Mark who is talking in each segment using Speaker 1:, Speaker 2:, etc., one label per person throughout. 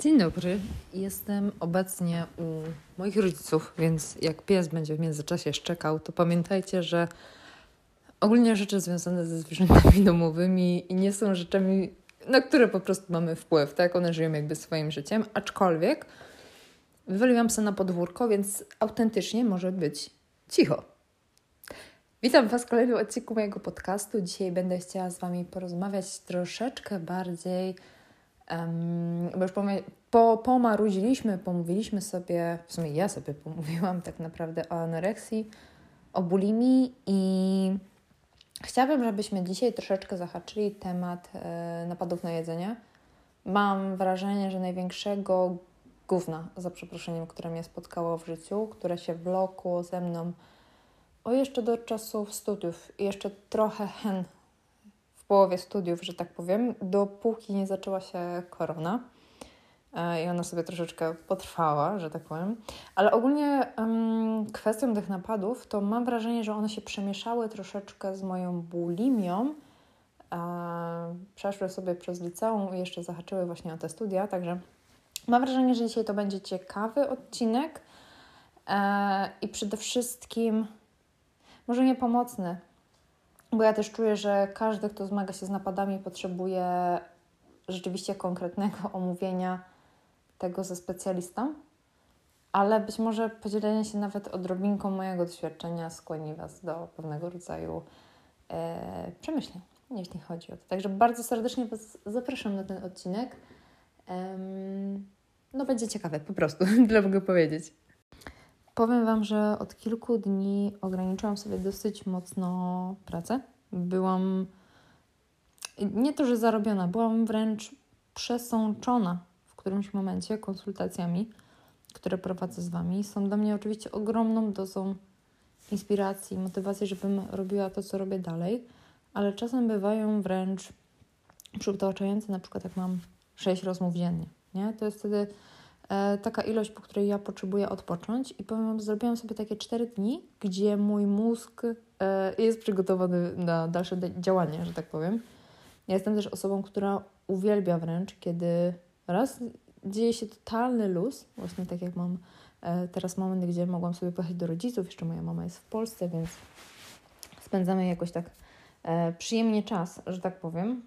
Speaker 1: Dzień dobry. Jestem obecnie u moich rodziców, więc jak pies będzie w międzyczasie szczekał, to pamiętajcie, że ogólnie rzeczy związane ze zwierzętami domowymi nie są rzeczami, na które po prostu mamy wpływ, tak? One żyją jakby swoim życiem, aczkolwiek wywaliłam psa na podwórko, więc autentycznie może być cicho. Witam Was w kolejnym odcinku mojego podcastu. Dzisiaj będę chciała z Wami porozmawiać troszeczkę bardziej, bo już pomówiliśmy sobie, w sumie ja sobie pomówiłam tak naprawdę o anoreksji, o bulimii i chciałabym, żebyśmy dzisiaj troszeczkę zahaczyli temat napadów na jedzenie. Mam wrażenie, że największego gówna, za przeproszeniem, które mnie spotkało w życiu, które się wlokło ze mną jeszcze do czasów studiów i jeszcze trochę w połowie studiów, że tak powiem, dopóki nie zaczęła się korona i ona sobie troszeczkę potrwała, że tak powiem. Ale ogólnie kwestią tych napadów to mam wrażenie, że one się przemieszały troszeczkę z moją bulimią. Przeszły sobie przez liceum i jeszcze zahaczyły właśnie o te studia, także mam wrażenie, że dzisiaj to będzie ciekawy odcinek i przede wszystkim może nie pomocny, bo ja też czuję, że każdy, kto zmaga się z napadami, potrzebuje rzeczywiście konkretnego omówienia tego ze specjalistą, ale być może podzielenie się nawet odrobinką mojego doświadczenia skłoni Was do pewnego rodzaju przemyśleń, jeśli chodzi o to. Także bardzo serdecznie Was zapraszam na ten odcinek. Będzie ciekawe, po prostu, tyle mogę powiedzieć. Powiem Wam, że od kilku dni ograniczyłam sobie dosyć mocno pracę. Byłam, nie to, że zarobiona, byłam wręcz przesączona w którymś momencie konsultacjami, które prowadzę z Wami. Są dla mnie oczywiście ogromną dozą inspiracji, motywacji, żebym robiła to, co robię dalej, ale czasem bywają wręcz przytłaczające, na przykład jak mam 6 rozmów dziennie, nie? To jest wtedy taka ilość, po której ja potrzebuję odpocząć i powiem Wam, zrobiłam sobie takie 4 dni, gdzie mój mózg jest przygotowany na dalsze działanie, że tak powiem. Ja jestem też osobą, która uwielbia wręcz, kiedy raz dzieje się totalny luz, właśnie tak jak mam teraz moment, gdzie mogłam sobie pojechać do rodziców, jeszcze moja mama jest w Polsce, więc spędzamy jakoś tak przyjemnie czas, że tak powiem.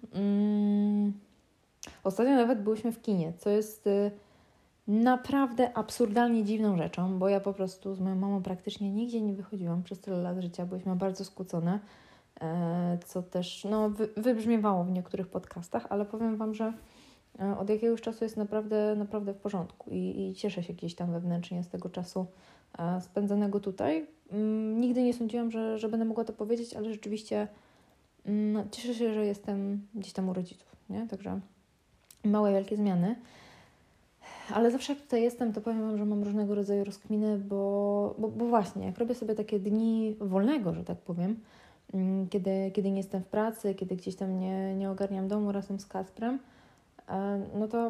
Speaker 1: Ostatnio nawet byłyśmy w kinie, co jest naprawdę absurdalnie dziwną rzeczą, bo ja po prostu z moją mamą praktycznie nigdzie nie wychodziłam przez tyle lat życia, byliśmy bardzo skłócone, co też wybrzmiewało w niektórych podcastach, ale powiem Wam, że od jakiegoś czasu jest naprawdę w porządku i cieszę się gdzieś tam wewnętrznie z tego czasu spędzonego tutaj. Nigdy nie sądziłam, że będę mogła to powiedzieć, ale rzeczywiście cieszę się, że jestem gdzieś tam u rodziców, nie? Także małe, wielkie zmiany. Ale zawsze jak tutaj jestem, to powiem Wam, że mam różnego rodzaju rozkminy, bo właśnie, jak robię sobie takie dni wolnego, że tak powiem, kiedy nie jestem w pracy, kiedy gdzieś tam nie ogarniam domu razem z Kacprem, no to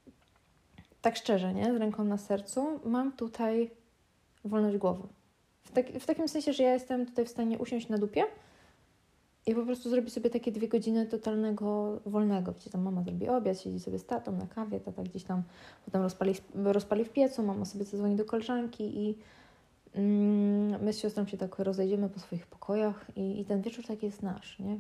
Speaker 1: tak szczerze, nie, z ręką na sercu, mam tutaj wolność głowy. W takim sensie, że ja jestem tutaj w stanie usiąść na dupie i po prostu zrobić sobie takie 2 godziny totalnego wolnego, gdzie tam mama zrobi obiad, siedzi sobie z tatą na kawie, tata gdzieś tam potem rozpali w piecu, mama sobie zadzwoni do koleżanki i my z siostrą się tak rozejdziemy po swoich pokojach i ten wieczór taki jest nasz, nie?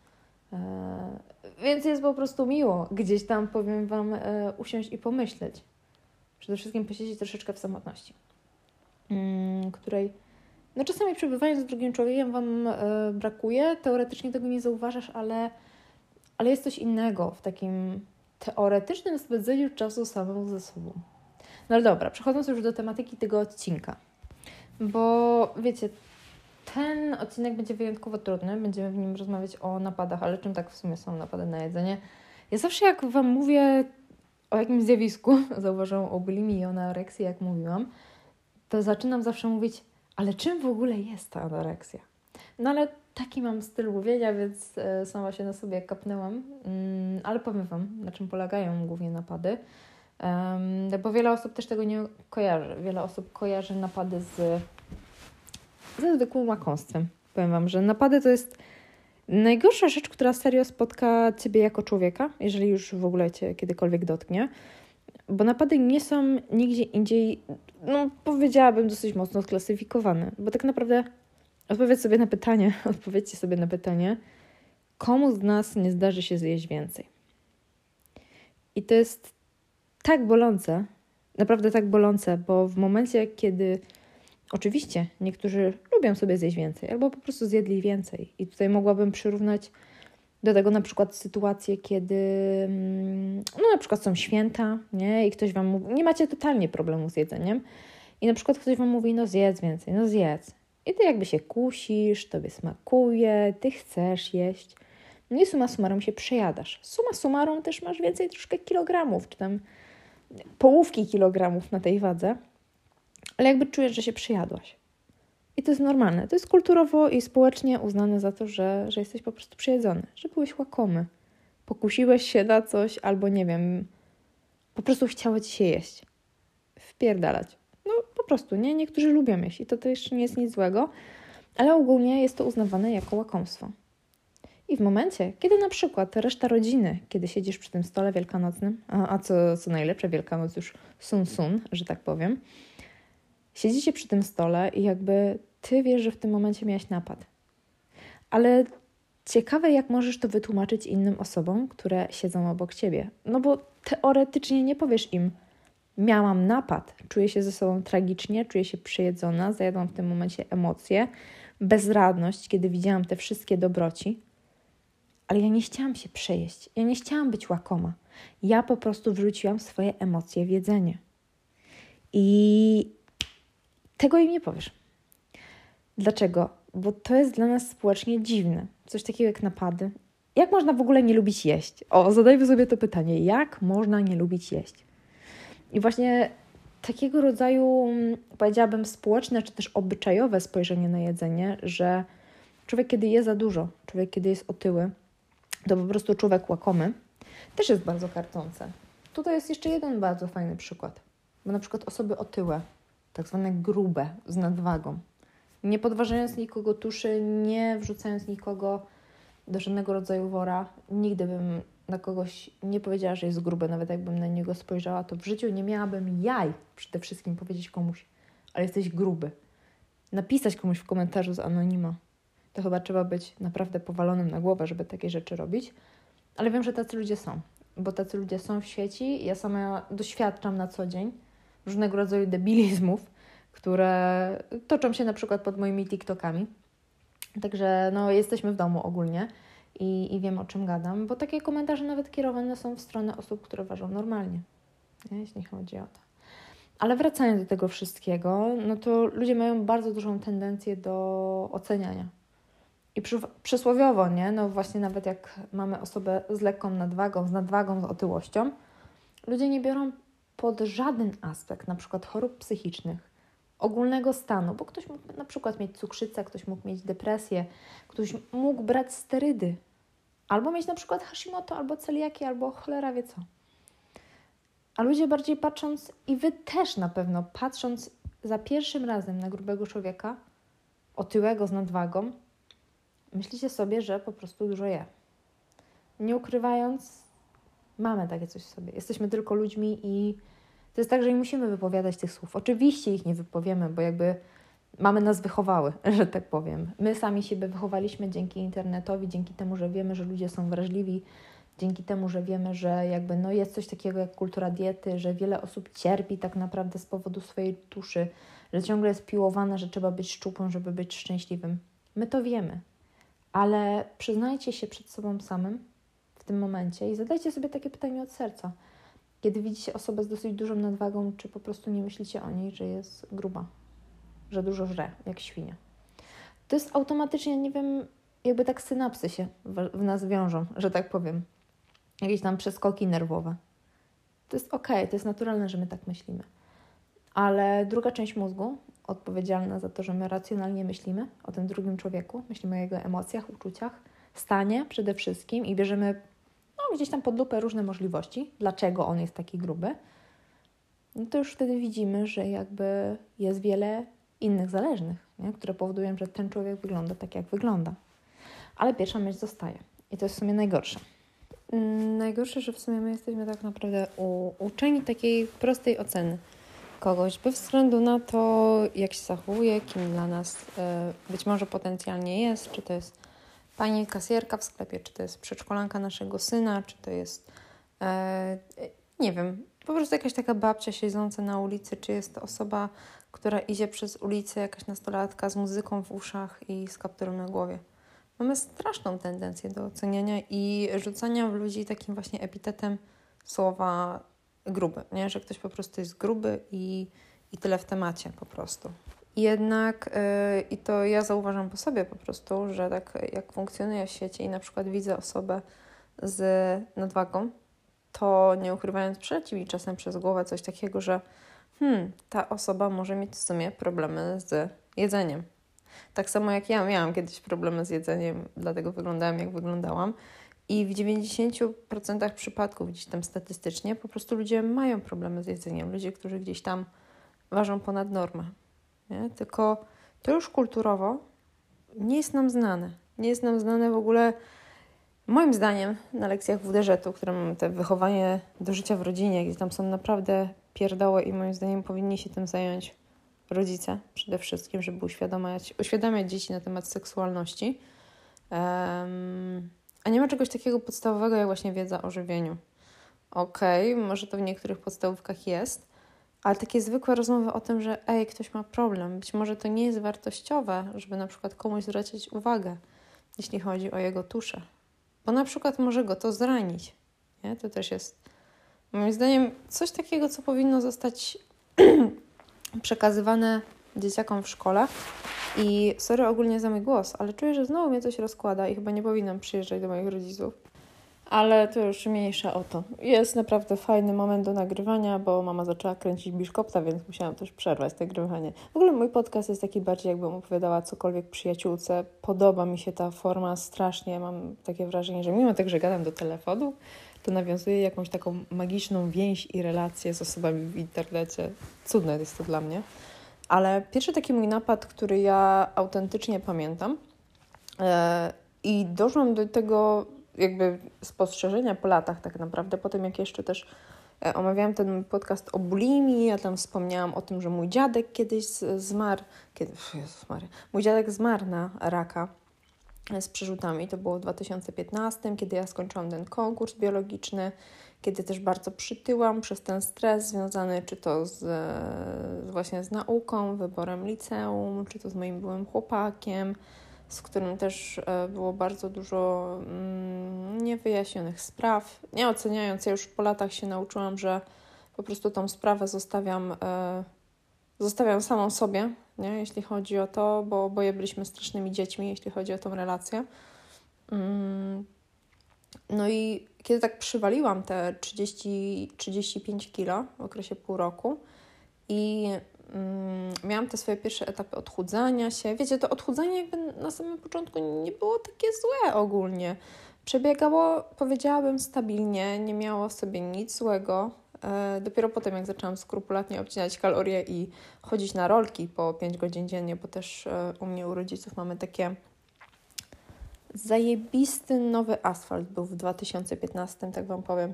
Speaker 1: Więc jest po prostu miło gdzieś tam, powiem Wam, usiąść i pomyśleć. Przede wszystkim posiedzieć troszeczkę w samotności, której czasami przebywając z drugim człowiekiem Wam brakuje, teoretycznie tego nie zauważasz, ale jest coś innego w takim teoretycznym spędzeniu czasu samemu ze sobą. No ale dobra, przechodząc już do tematyki tego odcinka, bo wiecie, ten odcinek będzie wyjątkowo trudny, będziemy w nim rozmawiać o napadach, ale czym tak w sumie są napady na jedzenie? Ja zawsze jak Wam mówię o jakimś zjawisku, zauważyłam o bulimii i o anoreksji, jak mówiłam, to zaczynam zawsze mówić, ale czym w ogóle jest ta anoreksja? No ale taki mam styl mówienia, więc sama się na sobie kapnęłam, ale powiem Wam, na czym polegają głównie napady, bo wiele osób też tego nie kojarzy. Wiele osób kojarzy napady ze zwykłym łakomstwem. Powiem Wam, że napady to jest najgorsza rzecz, która serio spotka Ciebie jako człowieka, jeżeli już w ogóle Cię kiedykolwiek dotknie. Bo napady nie są nigdzie indziej, powiedziałabym, dosyć mocno sklasyfikowane. Bo tak naprawdę odpowiedzcie sobie na pytanie, komu z nas nie zdarzy się zjeść więcej? I to jest tak bolące, naprawdę tak bolące, bo w momencie, kiedy oczywiście niektórzy lubią sobie zjeść więcej, albo po prostu zjedli więcej. I tutaj mogłabym przyrównać do tego na przykład sytuację, kiedy na przykład są święta, nie? I ktoś Wam mówi, nie macie totalnie problemu z jedzeniem i na przykład ktoś Wam mówi, zjedz więcej, zjedz. I Ty jakby się kusisz, Tobie smakuje, Ty chcesz jeść. No i summa summarum się przejadasz. Summa summarum też masz więcej troszkę kilogramów, czy tam połówki kilogramów na tej wadze, ale jakby czujesz, że się przejadłaś. I to jest normalne. To jest kulturowo i społecznie uznane za to, że jesteś po prostu przejedzony, że byłeś łakomy. Pokusiłeś się na coś albo nie wiem, po prostu chciało Ci się jeść. Wpierdalać. Po prostu, nie? Niektórzy lubią jeść i to też nie jest nic złego, ale ogólnie jest to uznawane jako łakomstwo. I w momencie, kiedy na przykład reszta rodziny, kiedy siedzisz przy tym stole wielkanocnym, a co najlepsze, Wielkanoc już sun, że tak powiem, siedzicie przy tym stole i jakby Ty wiesz, że w tym momencie miałeś napad. Ale ciekawe, jak możesz to wytłumaczyć innym osobom, które siedzą obok Ciebie. Bo teoretycznie nie powiesz im, miałam napad, czuję się ze sobą tragicznie, czuję się przejedzona, zajadłam w tym momencie emocje, bezradność, kiedy widziałam te wszystkie dobroci. Ale ja nie chciałam się przejeść, ja nie chciałam być łakoma. Ja po prostu wrzuciłam swoje emocje w jedzenie. I tego im nie powiesz. Dlaczego? Bo to jest dla nas społecznie dziwne. Coś takiego jak napady. Jak można w ogóle nie lubić jeść? Zadajmy sobie to pytanie. Jak można nie lubić jeść? I właśnie takiego rodzaju, powiedziałabym, społeczne czy też obyczajowe spojrzenie na jedzenie, że człowiek, kiedy je za dużo, człowiek, kiedy jest otyły, to po prostu człowiek łakomy, też jest bardzo karcące. Tutaj jest jeszcze jeden bardzo fajny przykład. Bo na przykład osoby otyłe, tak zwane grube, z nadwagą, nie podważając nikogo tuszy, nie wrzucając nikogo do żadnego rodzaju wora, nigdy bym na kogoś nie powiedziała, że jest gruby, nawet jakbym na niego spojrzała, to w życiu nie miałabym jaj przede wszystkim powiedzieć komuś, ale jesteś gruby. Napisać komuś w komentarzu z anonima. To chyba trzeba być naprawdę powalonym na głowę, żeby takie rzeczy robić. Ale wiem, że tacy ludzie są, bo tacy ludzie są w świecie. Ja sama doświadczam na co dzień różnego rodzaju debilizmów, które toczą się na przykład pod moimi TikTokami. Także jesteśmy w domu ogólnie i wiem, o czym gadam, bo takie komentarze nawet kierowane są w stronę osób, które ważą normalnie, nie? Jeśli chodzi o to. Ale wracając do tego wszystkiego, to ludzie mają bardzo dużą tendencję do oceniania. I przysłowiowo, nie? Właśnie nawet jak mamy osobę z lekką nadwagą, z otyłością, ludzie nie biorą pod żaden aspekt, na przykład chorób psychicznych, ogólnego stanu, bo ktoś mógł na przykład mieć cukrzycę, ktoś mógł mieć depresję, ktoś mógł brać sterydy, albo mieć na przykład Hashimoto, albo celiakię, albo cholera wie co. A ludzie bardziej patrząc, i Wy też na pewno, patrząc za pierwszym razem na grubego człowieka, otyłego z nadwagą, myślicie sobie, że po prostu dużo je. Nie ukrywając, mamy takie coś w sobie. Jesteśmy tylko ludźmi i to jest tak, że nie musimy wypowiadać tych słów. Oczywiście ich nie wypowiemy, bo jakby mamy nas wychowały, że tak powiem. My sami siebie wychowaliśmy dzięki internetowi, dzięki temu, że wiemy, że ludzie są wrażliwi, dzięki temu, że wiemy, że jakby jest coś takiego jak kultura diety, że wiele osób cierpi tak naprawdę z powodu swojej tuszy, że ciągle jest piłowane, że trzeba być szczupłym, żeby być szczęśliwym. My to wiemy. Ale przyznajcie się przed sobą samym w tym momencie i zadajcie sobie takie pytanie od serca. Kiedy widzicie osobę z dosyć dużą nadwagą, czy po prostu nie myślicie o niej, że jest gruba, że dużo żre, jak świnia. To jest automatycznie, nie wiem, jakby tak synapsy się w nas wiążą, że tak powiem. Jakieś tam przeskoki nerwowe. To jest okej, to jest naturalne, że my tak myślimy. Ale druga część mózgu, odpowiedzialna za to, że my racjonalnie myślimy o tym drugim człowieku, myślimy o jego emocjach, uczuciach, stanie przede wszystkim i bierzemy gdzieś tam pod lupę różne możliwości, dlaczego on jest taki gruby, to już wtedy widzimy, że jakby jest wiele innych zależnych, nie? Które powodują, że ten człowiek wygląda tak, jak wygląda. Ale pierwsza myśl zostaje. I to jest w sumie najgorsze. Najgorsze, że w sumie my jesteśmy tak naprawdę uczeni takiej prostej oceny kogoś, bez względu na to, jak się zachowuje, kim dla nas być może potencjalnie jest, czy to jest pani kasjerka w sklepie, czy to jest przedszkolanka naszego syna, czy to jest, nie wiem, po prostu jakaś taka babcia siedząca na ulicy, czy jest to osoba, która idzie przez ulicę, jakaś nastolatka z muzyką w uszach i z kapturą na głowie. Mamy straszną tendencję do oceniania i rzucania w ludzi takim właśnie epitetem słowa gruby, nie? Że ktoś po prostu jest gruby i tyle w temacie po prostu. Jednak i to ja zauważam po sobie po prostu, że tak jak funkcjonuję w świecie i na przykład widzę osobę z nadwagą, to nie ukrywając przeleci mi czasem przez głowę coś takiego, że ta osoba może mieć w sumie problemy z jedzeniem. Tak samo jak ja miałam kiedyś problemy z jedzeniem, dlatego wyglądałam jak wyglądałam. I w 90% przypadków gdzieś tam statystycznie po prostu ludzie mają problemy z jedzeniem. Ludzie, którzy gdzieś tam ważą ponad normę. Nie? Tylko to już kulturowo nie jest nam znane. Nie jest nam znane w ogóle, moim zdaniem, na lekcjach WDŻ-u, które mamy te wychowanie do życia w rodzinie, gdzie tam są naprawdę pierdoły i moim zdaniem powinni się tym zająć rodzice przede wszystkim, żeby uświadamiać dzieci na temat seksualności. A nie ma czegoś takiego podstawowego, jak właśnie wiedza o żywieniu. Okej, może to w niektórych podstawówkach jest, ale takie zwykłe rozmowy o tym, że ktoś ma problem, być może to nie jest wartościowe, żeby na przykład komuś zwracać uwagę, jeśli chodzi o jego tuszę. Bo na przykład może go to zranić. Nie? To też jest, moim zdaniem, coś takiego, co powinno zostać przekazywane dzieciakom w szkole. I sorry ogólnie za mój głos, ale czuję, że znowu mnie coś rozkłada i chyba nie powinnam przyjeżdżać do moich rodziców. Ale to już mniejsza o to. Jest naprawdę fajny moment do nagrywania, bo mama zaczęła kręcić biszkopta, więc musiałam też przerwać nagrywanie. W ogóle mój podcast jest taki bardziej, jakbym opowiadała cokolwiek przyjaciółce. Podoba mi się ta forma strasznie. Mam takie wrażenie, że mimo tego, że gadam do telefonu, to nawiązuję jakąś taką magiczną więź i relację z osobami w internecie. Cudne jest to dla mnie. Ale pierwszy taki mój napad, który ja autentycznie pamiętam i doszłam do tego jakby spostrzeżenia po latach tak naprawdę, po tym jak jeszcze też omawiałam ten podcast o bulimii, ja tam wspomniałam o tym, że mój dziadek kiedyś zmarł, mój dziadek zmarł na raka z przerzutami, to było w 2015, kiedy ja skończyłam ten konkurs biologiczny, kiedy też bardzo przytyłam przez ten stres związany czy to właśnie z nauką, wyborem liceum, czy to z moim byłym chłopakiem, z którym też było bardzo dużo niewyjaśnionych spraw. Nie oceniając, ja już po latach się nauczyłam, że po prostu tą sprawę zostawiam samą sobie, nie? Jeśli chodzi o to, bo oboje byliśmy strasznymi dziećmi, jeśli chodzi o tą relację. No i kiedy tak przywaliłam te 35 kilo w okresie pół roku i miałam te swoje pierwsze etapy odchudzania się. Wiecie, to odchudzanie jakby na samym początku nie było takie złe ogólnie. Przebiegało, powiedziałabym, stabilnie, nie miało w sobie nic złego. Dopiero potem, jak zaczęłam skrupulatnie obcinać kalorie i chodzić na rolki po 5 godzin dziennie, bo też u mnie u rodziców mamy takie zajebisty nowy asfalt był w 2015, tak Wam powiem.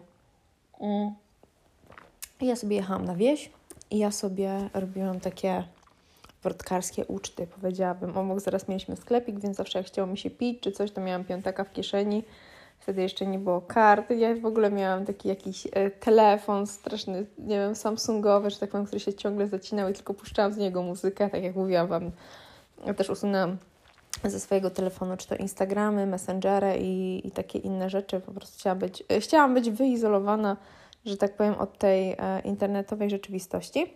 Speaker 1: Ja sobie jechałam na wieś i ja sobie robiłam takie wrotkarskie uczty, powiedziałabym. Obok zaraz mieliśmy sklepik, więc zawsze jak chciało mi się pić czy coś, to miałam piątaka w kieszeni. Wtedy jeszcze nie było kart. Ja w ogóle miałam taki jakiś telefon straszny, nie wiem, samsungowy, że tak powiem, który się ciągle zacinał i tylko puszczałam z niego muzykę. Tak jak mówiłam Wam, ja też usunęłam ze swojego telefonu, czy to Instagramy, Messengery i takie inne rzeczy. Po prostu chciałam być wyizolowana, że tak powiem, od tej internetowej rzeczywistości.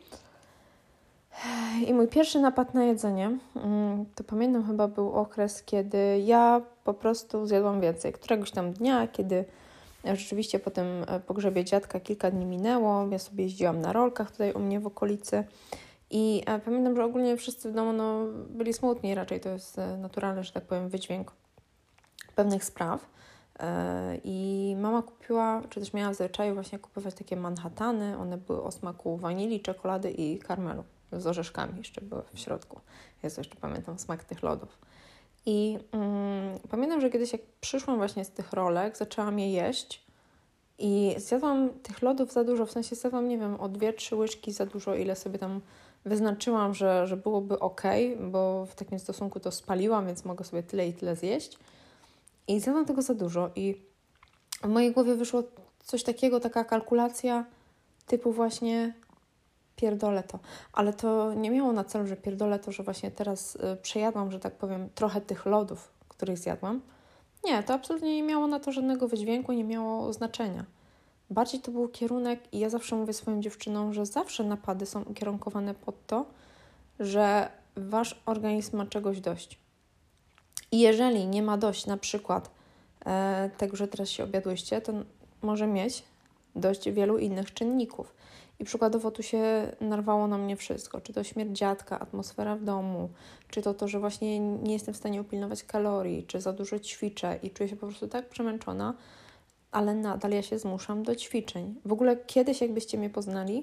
Speaker 1: I mój pierwszy napad na jedzenie, to pamiętam chyba był okres, kiedy ja po prostu zjadłam więcej. Któregoś tam dnia, kiedy rzeczywiście po tym pogrzebie dziadka kilka dni minęło, ja sobie jeździłam na rolkach tutaj u mnie w okolicy i pamiętam, że ogólnie wszyscy w domu byli smutni, raczej to jest naturalny, że tak powiem, wydźwięk pewnych spraw. I mama kupiła, czy też miała w zwyczaju właśnie kupować takie Manhattany, one były o smaku wanilii, czekolady i karmelu. Z orzeszkami jeszcze były w środku. Ja jeszcze pamiętam smak tych lodów. I pamiętam, że kiedyś jak przyszłam właśnie z tych rolek, zaczęłam je jeść I zjadłam tych lodów za dużo, w sensie zjadłam, nie wiem, o 2-3 łyżki za dużo, ile sobie tam wyznaczyłam, że byłoby okej, bo w takim stosunku to spaliłam, więc mogę sobie tyle i tyle zjeść. I zjadłam tego za dużo i w mojej głowie wyszło coś takiego, taka kalkulacja typu właśnie pierdolę to. Ale to nie miało na celu, że pierdolę to, że właśnie teraz przejadłam, że tak powiem, trochę tych lodów, których zjadłam. Nie, to absolutnie nie miało na to żadnego wydźwięku, nie miało znaczenia. Bardziej to był kierunek i ja zawsze mówię swoim dziewczynom, że zawsze napady są ukierunkowane pod to, że wasz organizm ma czegoś dość. I jeżeli nie ma dość na przykład tego, że teraz się objadłyście, to może mieć dość wielu innych czynników. I przykładowo tu się narwało na mnie wszystko. Czy to śmierć dziadka, atmosfera w domu, czy to, że właśnie nie jestem w stanie upilnować kalorii, czy za dużo ćwiczę i czuję się po prostu tak przemęczona, ale nadal ja się zmuszam do ćwiczeń. W ogóle kiedyś, jakbyście mnie poznali,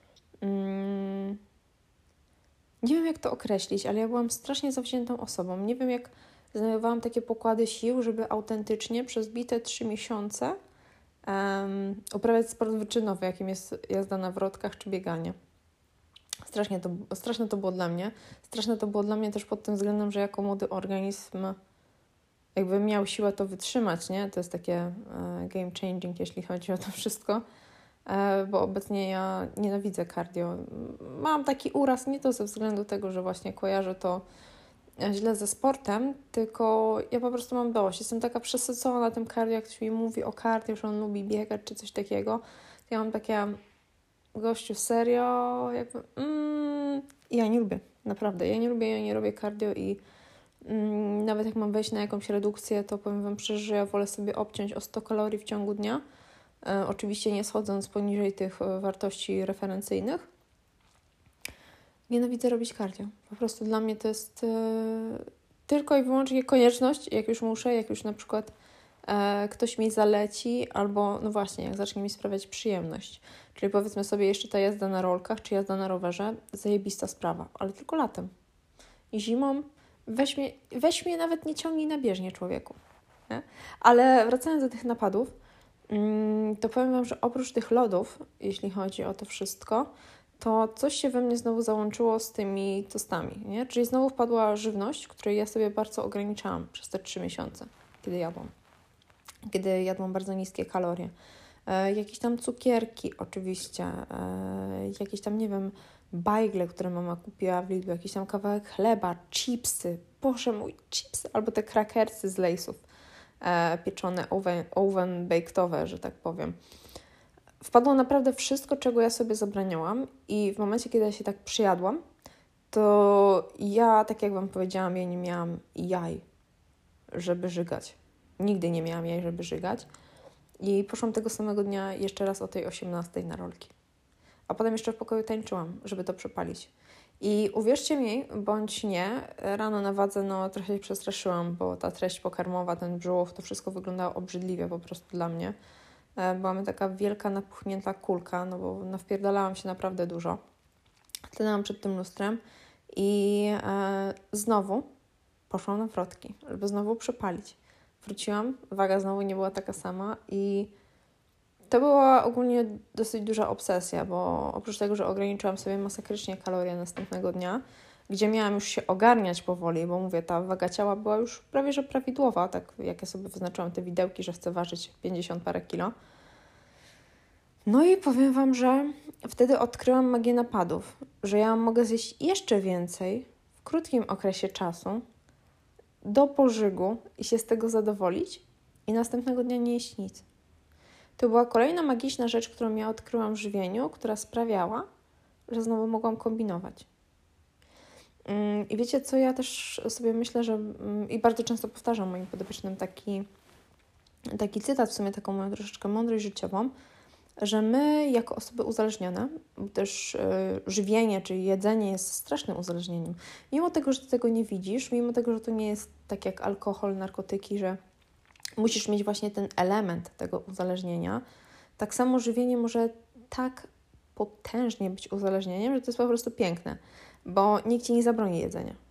Speaker 1: nie wiem jak to określić, ale ja byłam strasznie zawziętą osobą. Nie wiem jak znajdowałam takie pokłady sił, żeby autentycznie przez bite 3 miesiące uprawiać sport wyczynowy, jakim jest jazda na wrotkach czy bieganie. Straszne to było dla mnie. Straszne to było dla mnie też pod tym względem, że jako młody organizm jakby miał siłę to wytrzymać, nie? To jest takie game changing, jeśli chodzi o to wszystko, bo obecnie ja nienawidzę cardio. Mam taki uraz nie to ze względu tego, że właśnie kojarzę to źle ze sportem, tylko ja po prostu mam dość. Jestem taka przesycona tym cardio, jak ktoś mi mówi o cardio, że on lubi biegać czy coś takiego. Ja mam takie, gościu, serio? Jakby, ja nie lubię, naprawdę. Ja nie robię cardio i nawet jak mam wejść na jakąś redukcję, to powiem Wam szczerze, że ja wolę sobie obciąć o 100 kalorii w ciągu dnia. Oczywiście nie schodząc poniżej tych wartości referencyjnych. Nienawidzę robić cardio. Po prostu dla mnie to jest tylko i wyłącznie konieczność, jak już muszę, jak już na przykład ktoś mi zaleci, albo no właśnie, jak zacznie mi sprawiać przyjemność. Czyli powiedzmy sobie jeszcze ta jazda na rolkach, czy jazda na rowerze, zajebista sprawa, ale tylko latem. I zimą weź mnie nawet nie ciągnij na bieżnię, człowieku. Nie? Ale wracając do tych napadów, to powiem Wam, że oprócz tych lodów, jeśli chodzi o to wszystko, to coś się we mnie znowu załączyło z tymi tostami, nie? Czyli znowu wpadła żywność, której ja sobie bardzo ograniczałam przez te 3 miesiące, kiedy jadłam bardzo niskie kalorie. Jakieś tam cukierki oczywiście, jakieś tam, nie wiem, bajgle, które mama kupiła w Lidlu, jakiś tam kawałek chleba, chipsy, Boże mój, chipsy, albo te krakersy z Lay'sów, pieczone oven bakedowe, że tak powiem. Wpadło naprawdę wszystko, czego ja sobie zabraniałam i w momencie, kiedy ja się tak przyjadłam, to ja, tak jak Wam powiedziałam, ja nie miałam jaj, żeby żygać. Nigdy nie miałam jaj, żeby żygać. I poszłam tego samego dnia jeszcze raz o tej 18:00 na rolki. A potem jeszcze w pokoju tańczyłam, żeby to przepalić. I uwierzcie mi, bądź nie, rano na wadze trochę się przestraszyłam, bo ta treść pokarmowa, ten brzuch, to wszystko wyglądało obrzydliwie po prostu dla mnie. Była mi taka wielka, napuchnięta kulka, bo nawpierdalałam się naprawdę dużo. Stanęłam przed tym lustrem i znowu poszłam na wrotki, żeby znowu przepalić. Wróciłam, waga znowu nie była taka sama i to była ogólnie dosyć duża obsesja, bo oprócz tego, że ograniczyłam sobie masakrycznie kalorie następnego dnia, gdzie miałam już się ogarniać powoli, bo mówię, ta waga ciała była już prawie że prawidłowa, tak jak ja sobie wyznaczyłam te widełki, że chcę ważyć 50 parę kilo. No i powiem Wam, że wtedy odkryłam magię napadów, że ja mogę zjeść jeszcze więcej w krótkim okresie czasu do pożygu i się z tego zadowolić i następnego dnia nie jeść nic. To była kolejna magiczna rzecz, którą ja odkryłam w żywieniu, która sprawiała, że znowu mogłam kombinować. I wiecie co, ja też sobie myślę, że i bardzo często powtarzam moim podopiecznym taki cytat, w sumie taką moją troszeczkę mądrość życiową, że my jako osoby uzależnione, bo też żywienie, czyli jedzenie jest strasznym uzależnieniem. Mimo tego, że ty tego nie widzisz, mimo tego, że to nie jest tak jak alkohol, narkotyki, że musisz mieć właśnie ten element tego uzależnienia, tak samo żywienie może tak potężnie być uzależnieniem, że to jest po prostu piękne, bo nikt Ci nie zabroni jedzenia.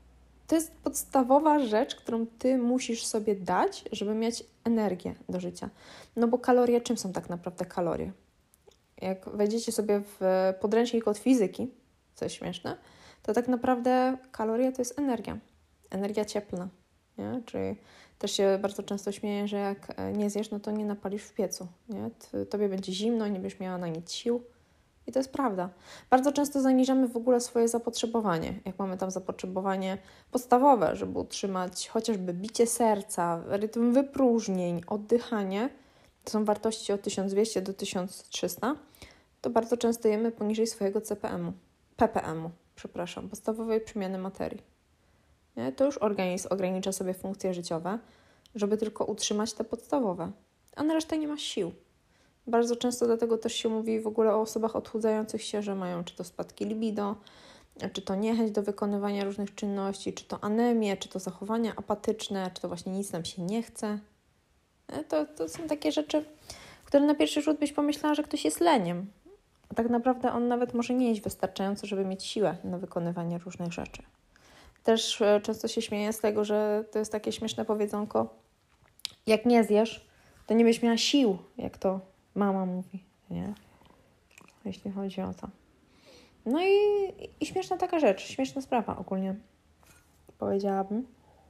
Speaker 1: to jest podstawowa rzecz, którą Ty musisz sobie dać, żeby mieć energię do życia. No bo kalorie, czym są tak naprawdę kalorie? Jak wejdziecie sobie w podręcznik od fizyki, co jest śmieszne, to tak naprawdę kaloria to jest energia. Energia cieplna. Nie? Czyli też się bardzo często śmieję, że jak nie zjesz, no to nie napalisz w piecu. Nie? Tobie będzie zimno, nie będziesz miała na nic sił. I to jest prawda. Bardzo często zaniżamy w ogóle swoje zapotrzebowanie. Jak mamy tam zapotrzebowanie podstawowe, żeby utrzymać chociażby bicie serca, rytm wypróżnień, oddychanie, to są wartości od 1200 do 1300, to bardzo często jemy poniżej swojego ppm, podstawowej przemiany materii. Nie? To już organizm ogranicza sobie funkcje życiowe, żeby tylko utrzymać te podstawowe, a na resztę nie ma sił. Bardzo często dlatego też się mówi w ogóle o osobach odchudzających się, że mają czy to spadki libido, czy to niechęć do wykonywania różnych czynności, czy to anemię, czy to zachowania apatyczne, czy to właśnie nic nam się nie chce. To są takie rzeczy, które na pierwszy rzut byś pomyślała, że ktoś jest leniem. A tak naprawdę on nawet może nie jeść wystarczająco, żeby mieć siłę na wykonywanie różnych rzeczy. Też często się śmieję z tego, że to jest takie śmieszne powiedzonko, jak nie zjesz, to nie będziesz miała sił, jak to mama mówi, nie? Jeśli chodzi o to. No i śmieszna taka rzecz, śmieszna sprawa ogólnie, powiedziałabym.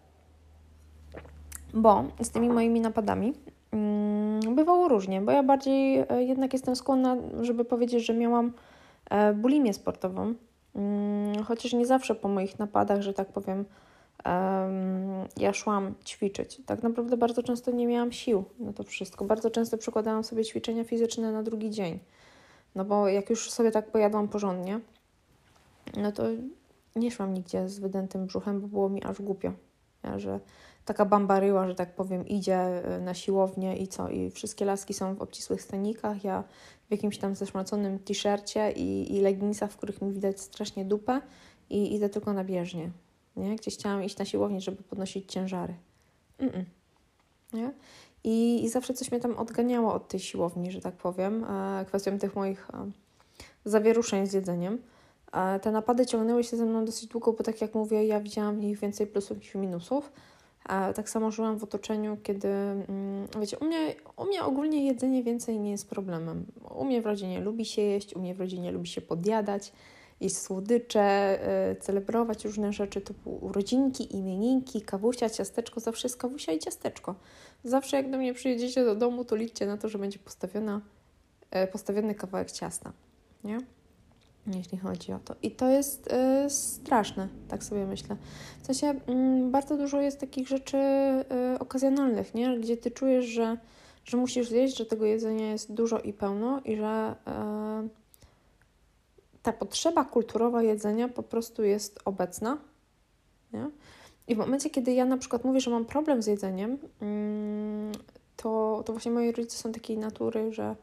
Speaker 1: Bo z tymi moimi napadami bywało różnie, bo ja bardziej jednak jestem skłonna, żeby powiedzieć, że miałam bulimię sportową, chociaż nie zawsze po moich napadach, że tak powiem, ja szłam ćwiczyć. Tak naprawdę bardzo często nie miałam sił na to wszystko. Bardzo często przekładałam sobie ćwiczenia fizyczne na drugi dzień. No bo jak już sobie tak pojadłam porządnie, no to nie szłam nigdzie z wydętym brzuchem, bo było mi aż głupio. Ja, że taka bambaryła, że tak powiem, idzie na siłownię i co? I wszystkie laski są w obcisłych stanikach, ja w jakimś tam zeszmaconym t-shircie i leginsach, w których mi widać strasznie dupę i idę tylko na bieżnię. Nie? Gdzieś chciałam iść na siłownię, żeby podnosić ciężary. Nie? I zawsze coś mnie tam odganiało od tej siłowni, że tak powiem, kwestią tych moich zawieruszeń z jedzeniem. Te napady ciągnęły się ze mną dosyć długo, bo tak jak mówię, ja widziałam w nich więcej plusów niż minusów. Tak samo żyłam w otoczeniu, kiedy, wiecie, u mnie ogólnie jedzenie więcej nie jest problemem. U mnie w rodzinie lubi się jeść, u mnie w rodzinie lubi się podjadać, jeść słodycze, celebrować różne rzeczy typu urodzinki, imieninki, kawusia, ciasteczko, zawsze jest kawusia i ciasteczko. Zawsze jak do mnie przyjedziecie do domu, to liczcie na to, że będzie postawiony kawałek ciasta, nie? Jeśli chodzi o to. I to jest straszne, tak sobie myślę. W sensie bardzo dużo jest takich rzeczy okazjonalnych, nie? Gdzie ty czujesz, że musisz zjeść, że tego jedzenia jest dużo i pełno i że ta potrzeba kulturowa jedzenia po prostu jest obecna, nie? I w momencie, kiedy ja na przykład mówię, że mam problem z jedzeniem, to właśnie moi rodzice są takiej natury, że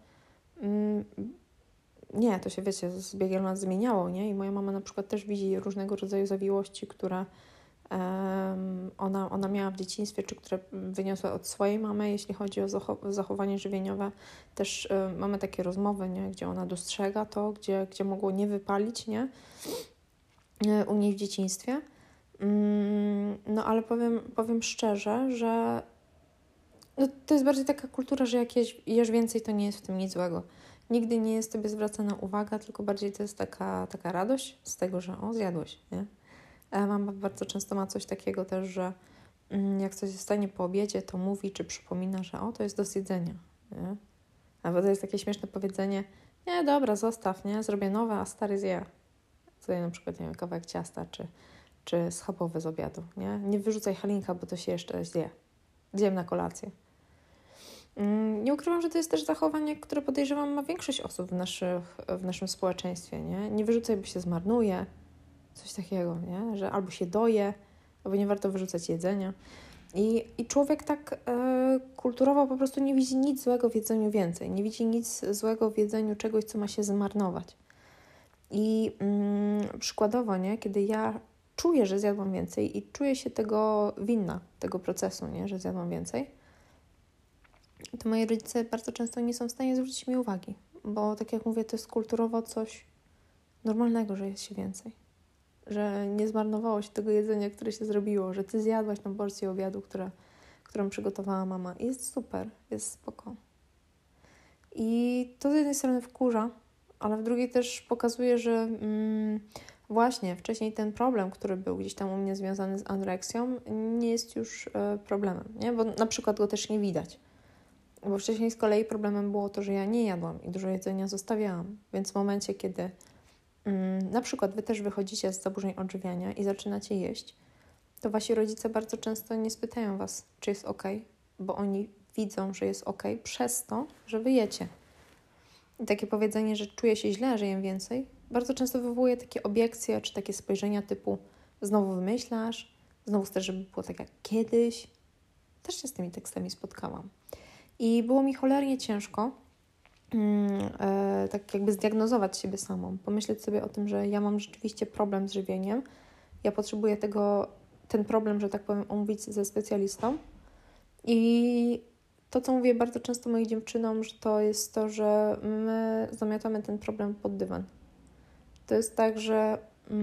Speaker 1: nie, to się, wiecie, z biegiem lat zmieniało, nie? I moja mama na przykład też widzi różnego rodzaju zawiłości, które ona miała w dzieciństwie, czy które wyniosła od swojej mamy, jeśli chodzi o zachowanie żywieniowe. Też mamy takie rozmowy, nie? Gdzie ona dostrzega to, gdzie mogło nie wypalić, nie? U niej w dzieciństwie. No ale powiem szczerze, że no, to jest bardziej taka kultura, że jak jesz więcej, to nie jest w tym nic złego. Nigdy nie jest Tobie zwracana uwaga, tylko bardziej to jest taka radość z tego, że zjadłeś, nie? Mama bardzo często ma coś takiego też, że jak coś zostanie po obiedzie, to mówi czy przypomina, że to jest do zjedzenia, nie? Albo to jest takie śmieszne powiedzenie, nie, dobra, zostaw, nie? Zrobię nowe, a stary zje. Sobie na przykład, nie wiem, kawałek ciasta, czy schabowy z obiadu, nie? Nie wyrzucaj halinka, bo to się jeszcze zje. Zjem na kolację. Nie ukrywam, że to jest też zachowanie, które podejrzewam ma większość osób w naszym społeczeństwie, nie? Nie wyrzucaj, bo się zmarnuje, coś takiego, nie? Że albo się doje, albo nie warto wyrzucać jedzenia. I człowiek tak kulturowo po prostu nie widzi nic złego w jedzeniu więcej. Nie widzi nic złego w jedzeniu czegoś, co ma się zmarnować. I przykładowo, nie? Kiedy ja czuję, że zjadłam więcej i czuję się tego winna, tego procesu, nie? Że zjadłam więcej, to moi rodzice bardzo często nie są w stanie zwrócić mi uwagi, bo tak jak mówię, to jest kulturowo coś normalnego, że jest się więcej. że nie zmarnowało się tego jedzenia, które się zrobiło, że Ty zjadłaś tą porcję obiadu, którą przygotowała mama. I jest super, jest spoko. I to z jednej strony wkurza, ale w drugiej też pokazuje, że właśnie wcześniej ten problem, który był gdzieś tam u mnie związany z anoreksją, nie jest już problemem, nie? Bo na przykład go też nie widać. Bo wcześniej z kolei problemem było to, że ja nie jadłam i dużo jedzenia zostawiałam. Więc w momencie, kiedy na przykład Wy też wychodzicie z zaburzeń odżywiania i zaczynacie jeść, to Wasi rodzice bardzo często nie spytają Was, czy jest ok, bo oni widzą, że jest ok przez to, że Wy jecie. I takie powiedzenie, że czuję się źle, że jem więcej, bardzo często wywołuje takie obiekcje, czy takie spojrzenia typu znowu wymyślasz, znowu chcesz, żeby było tak jak kiedyś. Też się z tymi tekstami spotkałam. I było mi cholernie ciężko tak jakby zdiagnozować siebie samą, pomyśleć sobie o tym, że ja mam rzeczywiście problem z żywieniem, ja potrzebuję ten problem, że tak powiem, omówić ze specjalistą. I to, co mówię bardzo często moim dziewczynom, że to jest to, że my zamiatamy ten problem pod dywan. To jest tak, że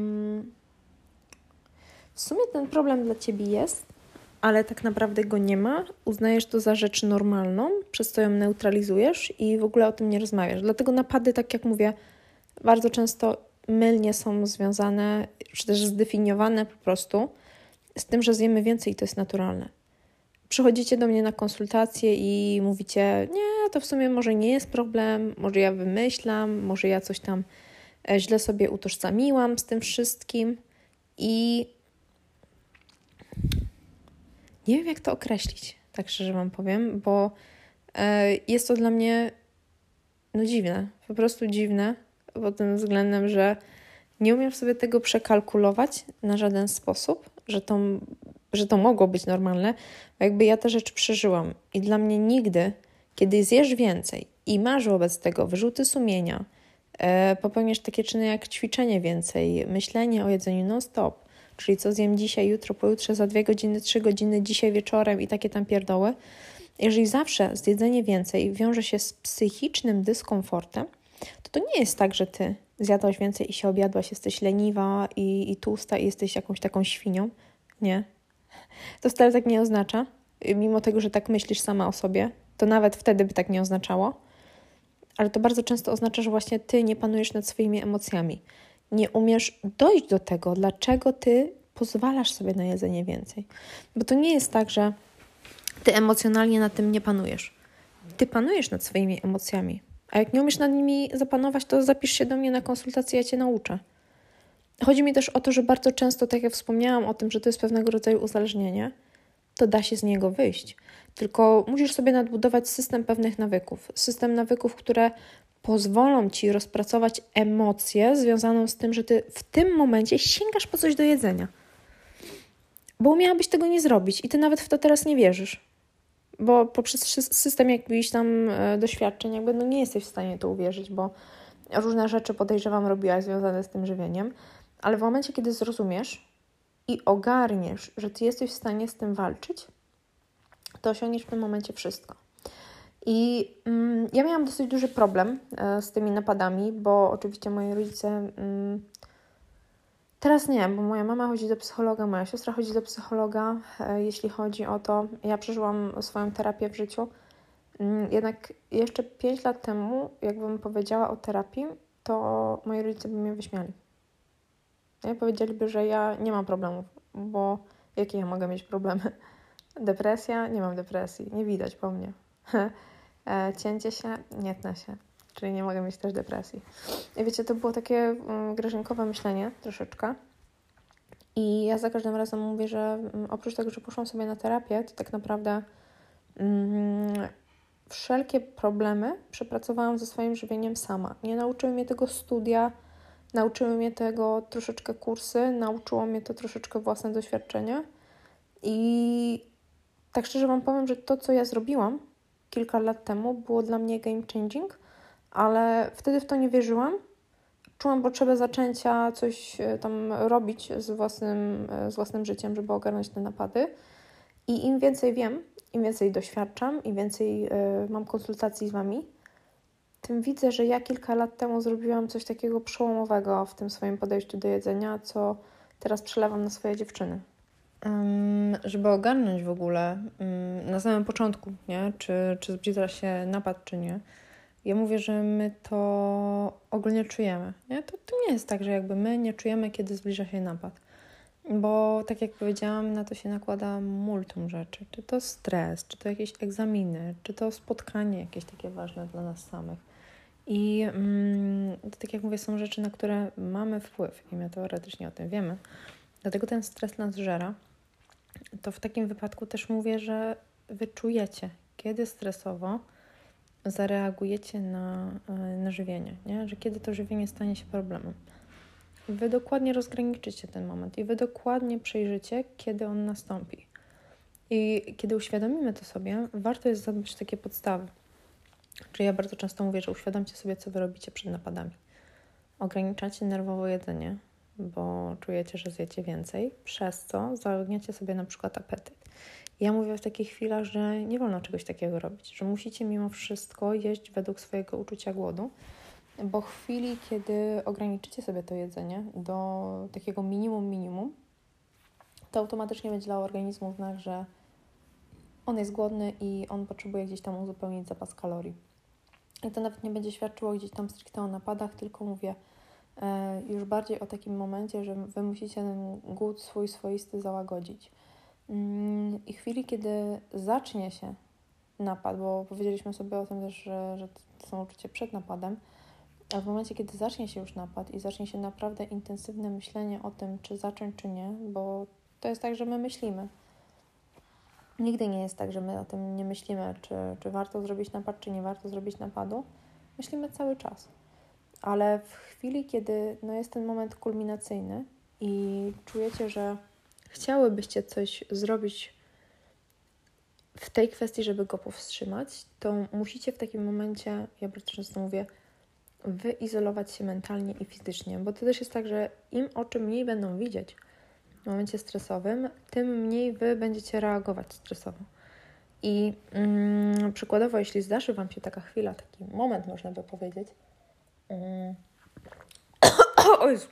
Speaker 1: w sumie ten problem dla Ciebie jest, ale tak naprawdę go nie ma, uznajesz to za rzecz normalną, przez co ją neutralizujesz i w ogóle o tym nie rozmawiasz. Dlatego napady, tak jak mówię, bardzo często mylnie są związane, czy też zdefiniowane po prostu z tym, że zjemy więcej i to jest naturalne. Przychodzicie do mnie na konsultacje i mówicie, nie, to w sumie może nie jest problem, może ja wymyślam, może ja coś tam źle sobie utożsamiłam z tym wszystkim i nie wiem, jak to określić, tak szczerze Wam powiem, bo jest to dla mnie dziwne, po prostu dziwne pod tym względem, że nie umiem sobie tego przekalkulować na żaden sposób, że to mogło być normalne, bo jakby ja te rzeczy przeżyłam i dla mnie nigdy, kiedy zjesz więcej i masz wobec tego wyrzuty sumienia, popełniasz takie czyny jak ćwiczenie więcej, myślenie o jedzeniu non-stop, czyli co zjem dzisiaj, jutro, pojutrze, za 2 godziny, 3 godziny, dzisiaj wieczorem i takie tam pierdoły. Jeżeli zawsze zjedzenie więcej wiąże się z psychicznym dyskomfortem, to nie jest tak, że Ty zjadłaś więcej i się objadłaś, jesteś leniwa i tłusta i jesteś jakąś taką świnią. Nie. To wcale tak nie oznacza. Mimo tego, że tak myślisz sama o sobie, to nawet wtedy by tak nie oznaczało. Ale to bardzo często oznacza, że właśnie Ty nie panujesz nad swoimi emocjami. Nie umiesz dojść do tego, dlaczego Ty pozwalasz sobie na jedzenie więcej. Bo to nie jest tak, że Ty emocjonalnie nad tym nie panujesz. Ty panujesz nad swoimi emocjami. A jak nie umiesz nad nimi zapanować, to zapisz się do mnie na konsultację, ja Cię nauczę. Chodzi mi też o to, że bardzo często, tak jak wspomniałam o tym, że to jest pewnego rodzaju uzależnienie, to da się z niego wyjść. Tylko musisz sobie nadbudować system pewnych nawyków. System nawyków, które pozwolą Ci rozpracować emocje związaną z tym, że Ty w tym momencie sięgasz po coś do jedzenia. Bo umiałabyś tego nie zrobić i Ty nawet w to teraz nie wierzysz. Bo poprzez system jakichś tam doświadczeń nie jesteś w stanie to uwierzyć, bo różne rzeczy, podejrzewam, robiłaś związane z tym żywieniem, ale w momencie, kiedy zrozumiesz i ogarniesz, że Ty jesteś w stanie z tym walczyć, to osiągniesz w tym momencie wszystko. I ja miałam dosyć duży problem z tymi napadami, bo oczywiście moi rodzice... Teraz nie, bo moja mama chodzi do psychologa, moja siostra chodzi do psychologa, jeśli chodzi o to. Ja przeżyłam swoją terapię w życiu. Jednak jeszcze 5 lat temu, jakbym powiedziała o terapii, to moi rodzice by mnie wyśmiali. Powiedzieliby, że ja nie mam problemów, bo jakie ja mogę mieć problemy? Depresja? Nie mam depresji, nie widać po mnie. Cięcie się? Nie tnę się, czyli nie mogę mieć też depresji. I wiecie, to było takie grażynkowe myślenie troszeczkę. I ja za każdym razem mówię, że oprócz tego, że poszłam sobie na terapię, to tak naprawdę wszelkie problemy przepracowałam ze swoim żywieniem sama. Nie nauczyły mnie tego studia, nauczyły mnie tego troszeczkę kursy, nauczyło mnie to troszeczkę własne doświadczenie. I tak szczerze Wam powiem, że to, co ja zrobiłam kilka lat temu, było dla mnie game changing, ale wtedy w to nie wierzyłam. Czułam potrzebę zaczęcia coś tam robić z własnym życiem, żeby ogarnąć te napady. I im więcej wiem, im więcej doświadczam, im więcej mam konsultacji z Wami, tym widzę, że ja kilka lat temu zrobiłam coś takiego przełomowego w tym swoim podejściu do jedzenia, co teraz przelewam na swoje dziewczyny. Żeby ogarnąć w ogóle na samym początku, nie? Czy zbliża się napad, czy nie. Ja mówię, że my to ogólnie czujemy. Nie? To nie jest tak, że jakby my nie czujemy, kiedy zbliża się napad. Bo tak jak powiedziałam, na to się nakłada multum rzeczy. Czy to stres, czy to jakieś egzaminy, czy to spotkanie jakieś takie ważne dla nas samych. I to, tak jak mówię, są rzeczy, na które mamy wpływ i my teoretycznie o tym wiemy. Dlatego ten stres nas żera. To w takim wypadku też mówię, że wy czujecie, kiedy stresowo zareagujecie na żywienie, nie? Że kiedy to żywienie stanie się problemem. Wy dokładnie rozgraniczycie ten moment i wy dokładnie przejrzycie, kiedy on nastąpi. I kiedy uświadomimy to sobie, warto jest zadbać o takie podstawy. Czyli ja bardzo często mówię, że uświadomcie sobie, co wy robicie przed napadami. Ograniczacie nerwowo jedzenie, bo czujecie, że zjecie więcej, przez co zaogniacie sobie na przykład apetyt. Ja mówię w takich chwilach, że nie wolno czegoś takiego robić, że musicie mimo wszystko jeść według swojego uczucia głodu, bo w chwili, kiedy ograniczycie sobie to jedzenie do takiego minimum, to automatycznie będzie dla organizmu znak, że on jest głodny i on potrzebuje gdzieś tam uzupełnić zapas kalorii. I to nawet nie będzie świadczyło gdzieś tam stricte o napadach, tylko mówię już bardziej o takim momencie, że wy musicie ten głód swoisty załagodzić. I w chwili, kiedy zacznie się napad, bo powiedzieliśmy sobie o tym też, że to są uczucia przed napadem, a w momencie, kiedy zacznie się już napad i zacznie się naprawdę intensywne myślenie o tym, czy zacząć, czy nie, bo to jest tak, że my myślimy. Nigdy nie jest tak, że my o tym nie myślimy, czy warto zrobić napad, czy nie warto zrobić napadu. Myślimy cały czas. Ale w chwili, kiedy jest ten moment kulminacyjny i czujecie, że chciałybyście coś zrobić w tej kwestii, żeby go powstrzymać, to musicie w takim momencie, ja bardzo często mówię, wyizolować się mentalnie i fizycznie, bo to też jest tak, że im oczy mniej będą widzieć w momencie stresowym, tym mniej wy będziecie reagować stresowo. I przykładowo, jeśli zdarzy wam się taka chwila, taki moment, można by powiedzieć, o Jezu,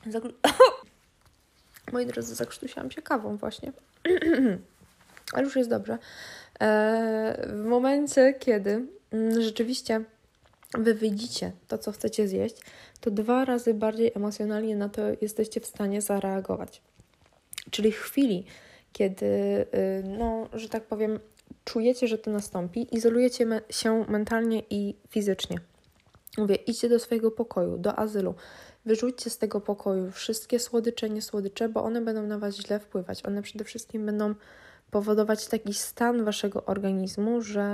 Speaker 1: moi drodzy, zakrztusiłam się kawą właśnie, ale już jest dobrze. W momencie, kiedy rzeczywiście wy widzicie to, co chcecie zjeść, to 2 razy bardziej emocjonalnie na to jesteście w stanie zareagować. Czyli w chwili, kiedy, że tak powiem, czujecie, że to nastąpi, izolujecie się mentalnie i fizycznie. Mówię, idźcie do swojego pokoju, do azylu, wyrzućcie z tego pokoju wszystkie słodycze, niesłodycze, bo one będą na was źle wpływać. One przede wszystkim będą powodować taki stan waszego organizmu, że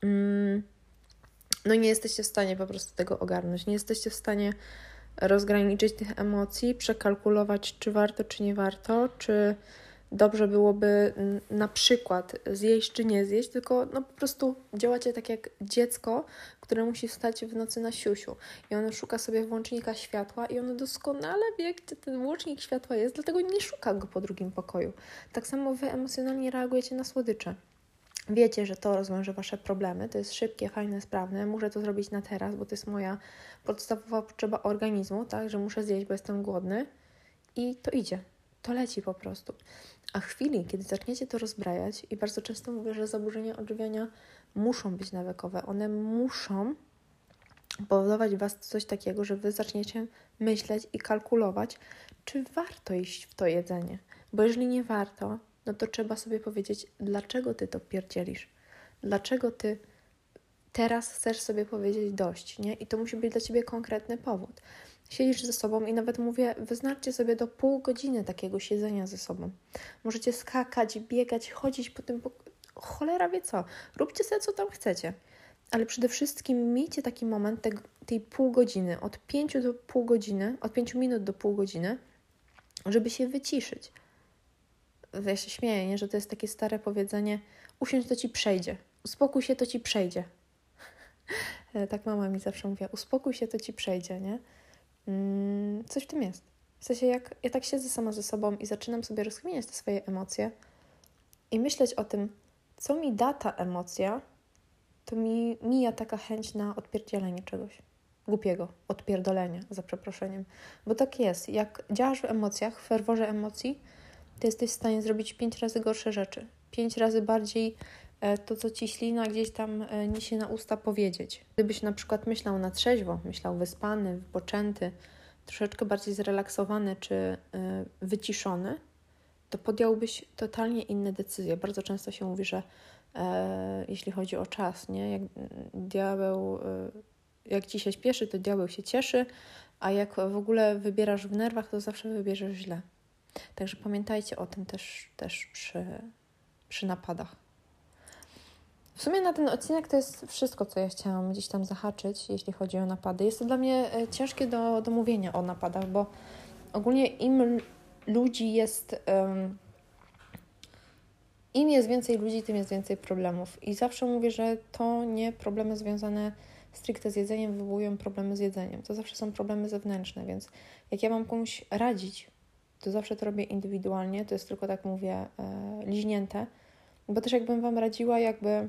Speaker 1: nie jesteście w stanie po prostu tego ogarnąć. Nie jesteście w stanie rozgraniczyć tych emocji, przekalkulować, czy warto, czy nie warto, czy dobrze byłoby na przykład zjeść, czy nie zjeść, tylko po prostu działacie tak jak dziecko, które musi wstać w nocy na siusiu i ono szuka sobie włącznika światła i ono doskonale wie, gdzie ten włącznik światła jest, dlatego nie szuka go po drugim pokoju. Tak samo wy emocjonalnie reagujecie na słodycze. Wiecie, że to rozwiąże wasze problemy, to jest szybkie, fajne, sprawne, muszę to zrobić na teraz, bo to jest moja podstawowa potrzeba organizmu, tak, że muszę zjeść, bo jestem głodny i to idzie, to leci po prostu. A w chwili, kiedy zaczniecie to rozbrajać i bardzo często mówię, że zaburzenia odżywiania muszą być nawykowe, one muszą powodować w was coś takiego, że wy zaczniecie myśleć i kalkulować, czy warto iść w to jedzenie, bo jeżeli nie warto, to trzeba sobie powiedzieć, dlaczego ty to pierdzielisz? Dlaczego ty teraz chcesz sobie powiedzieć dość, nie? I to musi być dla ciebie konkretny powód. Siedzisz ze sobą i nawet mówię, wyznaczcie sobie do pół godziny takiego siedzenia ze sobą. Możecie skakać, biegać, chodzić po tym, cholera wie co. Róbcie sobie, co tam chcecie. Ale przede wszystkim miejcie taki moment tej pół godziny, od 5 do pół godziny, od 5 minut do pół godziny, żeby się wyciszyć. Ja się śmieję, nie? Że to jest takie stare powiedzenie, usiądź, to ci przejdzie. Uspokój się, to ci przejdzie. Tak mama mi zawsze mówiła, uspokój się, to ci przejdzie, nie? Coś w tym jest. W sensie, jak ja tak siedzę sama ze sobą i zaczynam sobie rozkminiać te swoje emocje i myśleć o tym, co mi da ta emocja, to mi mija taka chęć na odpierdzielenie czegoś. głupiego odpierdolenia, za przeproszeniem. Bo tak jest, jak działasz w emocjach, w ferworze emocji, to jesteś w stanie zrobić 5 razy gorsze rzeczy. 5 razy bardziej to, co ci ślina gdzieś tam niesie na usta, powiedzieć. Gdybyś na przykład myślał na trzeźwo, myślał wyspany, wypoczęty, troszeczkę bardziej zrelaksowany czy wyciszony, to podjąłbyś totalnie inne decyzje. Bardzo często się mówi, że jeśli chodzi o czas, nie? Jak ci się śpieszy, to diabeł się cieszy, a jak w ogóle wybierasz w nerwach, to zawsze wybierzesz źle. Także pamiętajcie o tym też przy napadach. W sumie na ten odcinek to jest wszystko, co ja chciałam gdzieś tam zahaczyć, jeśli chodzi o napady. Jest to dla mnie ciężkie do mówienia o napadach, bo ogólnie im jest więcej ludzi, tym jest więcej problemów. I zawsze mówię, że to nie problemy związane stricte z jedzeniem wywołują problemy z jedzeniem. To zawsze są problemy zewnętrzne, więc jak ja mam komuś radzić, to zawsze to robię indywidualnie, to jest tylko, tak mówię, liźnięte, bo też jakbym Wam radziła jakby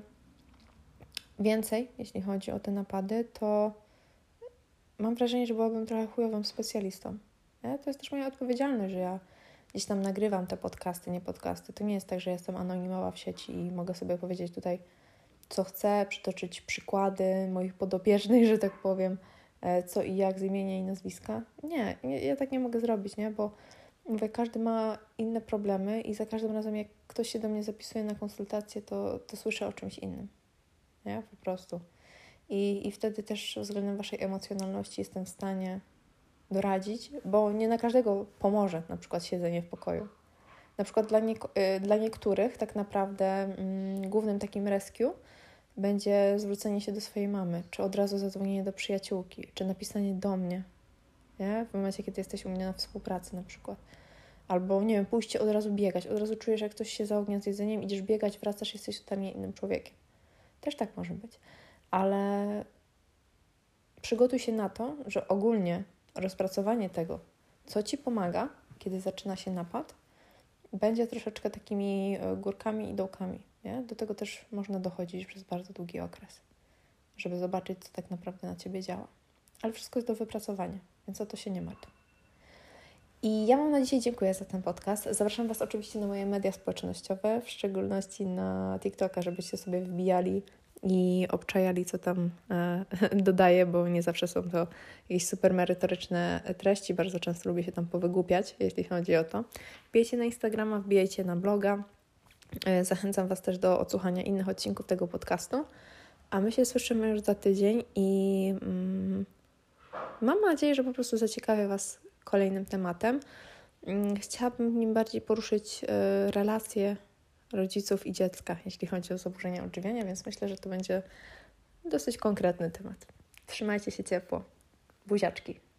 Speaker 1: więcej, jeśli chodzi o te napady, to mam wrażenie, że byłabym trochę chujowym specjalistą. To jest też moja odpowiedzialność, że ja gdzieś tam nagrywam te podcasty, nie podcasty. To nie jest tak, że jestem anonimowa w sieci i mogę sobie powiedzieć tutaj, co chcę, przytoczyć przykłady moich podopiecznych, że tak powiem, co i jak z imienia i nazwiska. Nie, ja tak nie mogę zrobić, nie? Bo mówię, każdy ma inne problemy i za każdym razem, jak ktoś się do mnie zapisuje na konsultację, to słyszę o czymś innym. Nie? Po prostu. I wtedy też względem Waszej emocjonalności jestem w stanie doradzić, bo nie na każdego pomoże na przykład siedzenie w pokoju. Na przykład dla niektórych tak naprawdę głównym takim rescue będzie zwrócenie się do swojej mamy, czy od razu zadzwonienie do przyjaciółki, czy napisanie do mnie, nie? W momencie, kiedy jesteś u mnie na współpracy na przykład. Albo, nie wiem, pójście od razu biegać. Od razu czujesz, jak ktoś się zaognia z jedzeniem, idziesz biegać, wracasz, jesteś totalnie innym człowiekiem. Też tak może być. Ale przygotuj się na to, że ogólnie rozpracowanie tego, co Ci pomaga, kiedy zaczyna się napad, będzie troszeczkę takimi górkami i dołkami. Nie? Do tego też można dochodzić przez bardzo długi okres, żeby zobaczyć, co tak naprawdę na Ciebie działa. Ale wszystko jest do wypracowania, więc o to się nie martw. I ja Wam na dzisiaj dziękuję za ten podcast. Zapraszam Was oczywiście na moje media społecznościowe, w szczególności na TikToka, żebyście sobie wbijali i obczajali, co tam dodaję, bo nie zawsze są to jakieś super merytoryczne treści. Bardzo często lubię się tam powygłupiać, jeśli chodzi o to. Wbijajcie na Instagrama, wbijajcie na bloga. Zachęcam Was też do odsłuchania innych odcinków tego podcastu. A my się słyszymy już za tydzień i mam nadzieję, że po prostu zaciekawię Was kolejnym tematem. Chciałabym w nim bardziej poruszyć relacje rodziców i dziecka, jeśli chodzi o zaburzenia odżywiania, więc myślę, że to będzie dosyć konkretny temat. Trzymajcie się ciepło. Buziaczki.